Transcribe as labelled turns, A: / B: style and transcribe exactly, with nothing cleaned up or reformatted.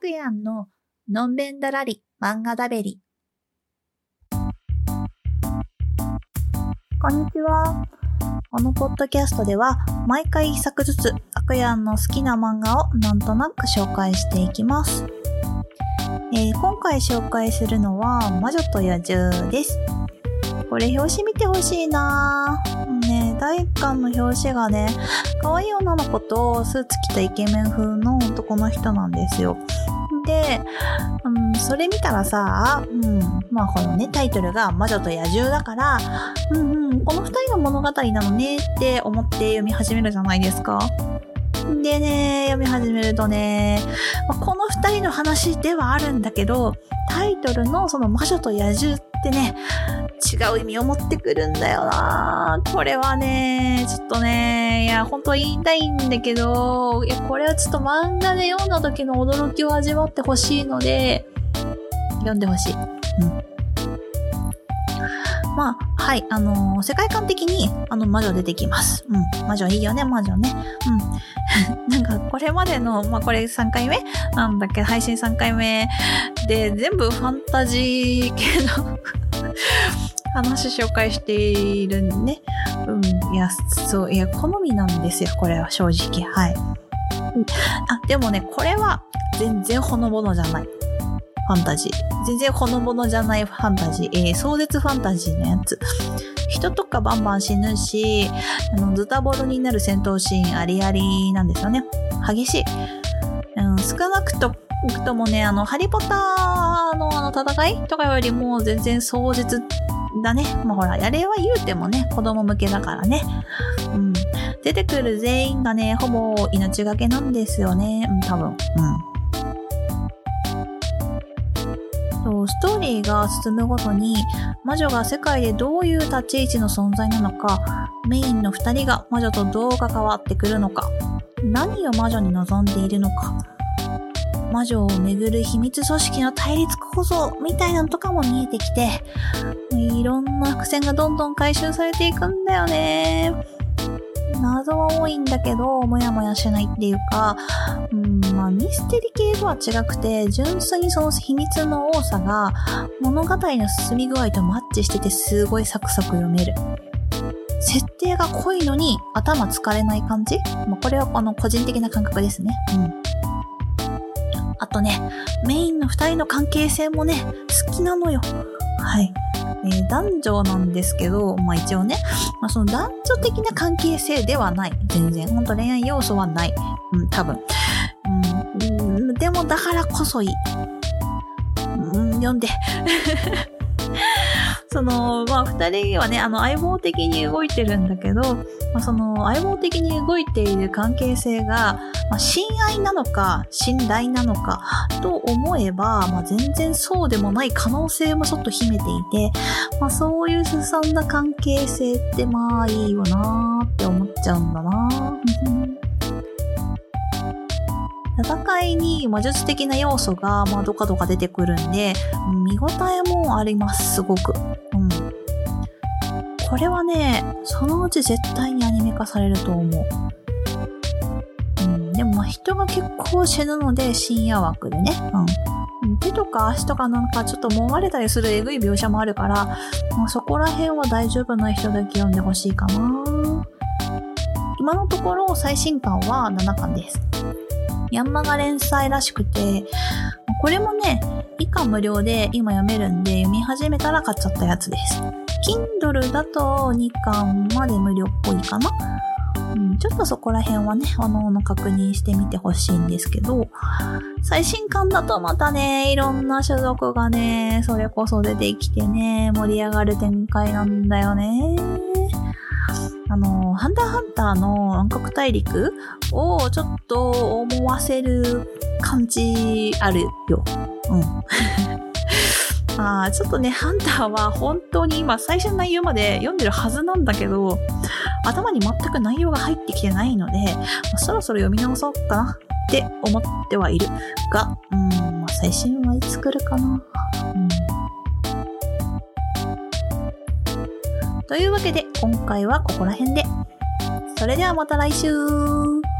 A: くやんののんべんだらり漫画だべり。こんにちは。このポッドキャストでは毎回一作ずつあくやんの好きな漫画をなんとなく紹介していきます。えー、今回紹介するのは魔女と野獣です。これ表紙見てほしいなぁ。ね、だいいっかんの表紙がね、可愛い女の子とスーツ着たイケメン風の男の人なんですよ。で、うん、それ見たらさ、うん、まあこのねタイトルが魔女と野獣だから、うんうん、この二人の物語なのねって思って読み始めるじゃないですか。でね、読み始めるとね、この二人の話ではあるんだけど、タイトルのその魔女と野獣ってね、違う意味を持ってくるんだよな。これはね、ちょっとね、いや、ほんと言いたいんだけど、いや、これはちょっと漫画で読んだ時の驚きを味わってほしいので、読んでほしい。うん。まあ、はい、あのー、世界観的に、あの、魔女出てきます。うん。魔女いいよね、魔女ね。うん。なんか、これまでの、まあ、これさんかいめなんだっけ、配信さんかいめで、全部ファンタジー系の話紹介しているんでね。うん。いや、そう、いや、好みなんですよ、これは正直。はい。あ、でもね、これは全然ほのぼのじゃない。ファンタジー。全然ほのぼのじゃないファンタジー。えー、壮絶ファンタジーのやつ。人とかバンバン死ぬし、あの、ズタボロになる戦闘シーンありありなんですよね。激しい。うん、少なくと、ともね、あの、ハリポタのあの戦いとかよりも全然壮絶だね。まあほら、やれは言うてもね、子供向けだからね。うん。出てくる全員がね、ほぼ命がけなんですよね。うん、多分。うん。ストーリーが進むごとに魔女が世界でどういう立ち位置の存在なのか、メインの二人が魔女とどう関わってくるのか、何を魔女に望んでいるのか、魔女をめぐる秘密組織の対立構造みたいなのとかも見えてきて、いろんな伏線がどんどん回収されていくんだよね。謎は多いんだけど、もやもやしないっていうか、うん、まあミステリ系とは違くて、純粋にその秘密の多さが物語の進み具合とマッチしててすごいサクサク読める。設定が濃いのに頭疲れない感じ？まあ、これはあの個人的な感覚ですね。うん。あとね、メインの二人の関係性もね、好きなのよ。はい。えー、男女なんですけど、まあ一応ね、まあ、その男女的な関係性ではない。全然。ほんと恋愛要素はない。うん、多分。うん、でもだからこそいい。うん、読んで。その、まあ二人はね、あの相棒的に動いてるんだけど、まあ、その相棒的に動いている関係性が、まあ、親愛なのか信頼なのかと思えば、まあ、全然そうでもない可能性もちょっと秘めていて、まあ、そういうすさんだ関係性ってまあいいよなーって思っちゃうんだな戦いに魔術的な要素がまあどかどか出てくるんで、見応えもあります、すごく。うん。これはね、そのうち絶対にアニメ化されると思う。うん、でもまあ人が結構死ぬので深夜枠でね。うん。手とか足とかなんかちょっと揉まれたりするえぐい描写もあるから、まあ、そこら辺は大丈夫な人だけ読んでほしいかな。今のところ最新刊はななかんです。ヤンマが連載らしくて、これもね、以下無料で今読めるんで、読み始めたら買っちゃったやつです。Kindle だとにかんまで無料っぽいかな。うん、ちょっとそこら辺はね、おのおの確認してみてほしいんですけど、最新刊だとまたね、いろんな種族がね、それこそ出てきてね、盛り上がる展開なんだよね。あの、ハンターハンターの暗黒大陸をちょっと思わせる感じあるよ。うん。あーちょっとね、ハンターは本当に今最初の内容まで読んでるはずなんだけど、頭に全く内容が入ってきてないので、まあ、そろそろ読み直そうかなって思ってはいるが、うん、まあ、最新はいつ来るかな。うんというわけで今回はここら辺で。それではまた来週。